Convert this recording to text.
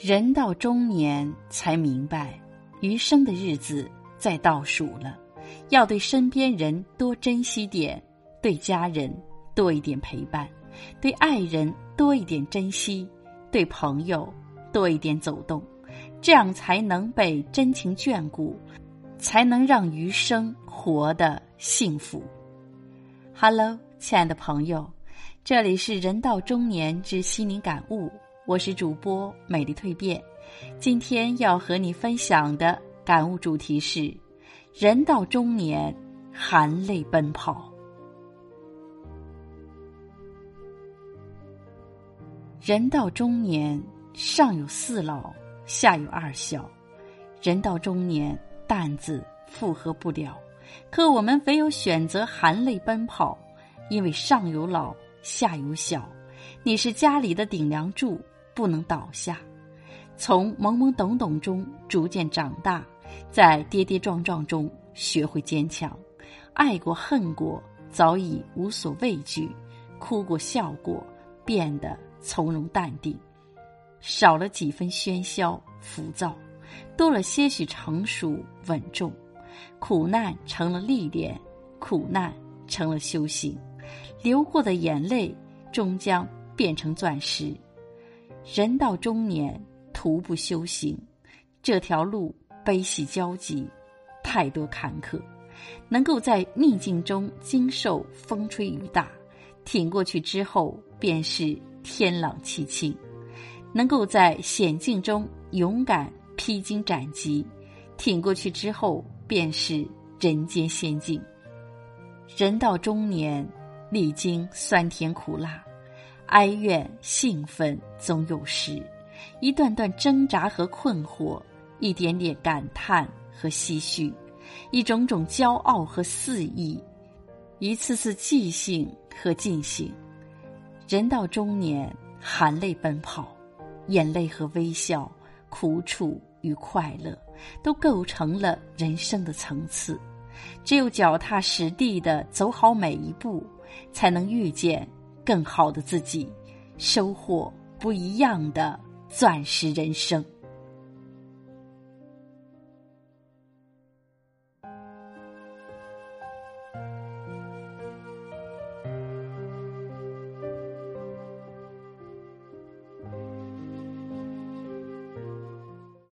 人到中年才明白，余生的日子在倒数了，要对身边人多珍惜点，对家人多一点陪伴，对爱人多一点珍惜，对朋友多一点走动，这样才能被真情眷顾，才能让余生活得幸福。Hello， 亲爱的朋友，这里是人到中年之心灵感悟，我是主播美丽蜕变。今天要和你分享的感悟主题是：人到中年，含泪奔跑。人到中年，上有四老，下有二小。人到中年，担子负荷不了，可我们唯有选择含泪奔跑，因为上有老，下有小，你是家里的顶梁柱，不能倒下。从懵懵懂懂中逐渐长大，在跌跌撞撞中学会坚强，爱过恨过，早已无所畏惧，哭过笑过，变得从容淡定，少了几分喧嚣浮躁，多了些许成熟稳重。苦难成了历练，苦难成了修行，流过的眼泪终将变成钻石。人到中年，徒步修行，这条路悲喜交集，太多坎坷，能够在逆境中经受风吹雨打，挺过去之后便是天朗气清，能够在险境中勇敢披荆斩棘，挺过去之后便是人间仙境。人到中年，历经酸甜苦辣，哀怨兴奋总有时，一段段挣扎和困惑，一点点感叹和唏嘘，一种种骄傲和肆意，一次次即兴和进行。人到中年，含泪奔跑，眼泪和微笑，苦楚与快乐，都构成了人生的层次。只有脚踏实地地走好每一步，才能遇见更好的自己，收获不一样的钻石人生。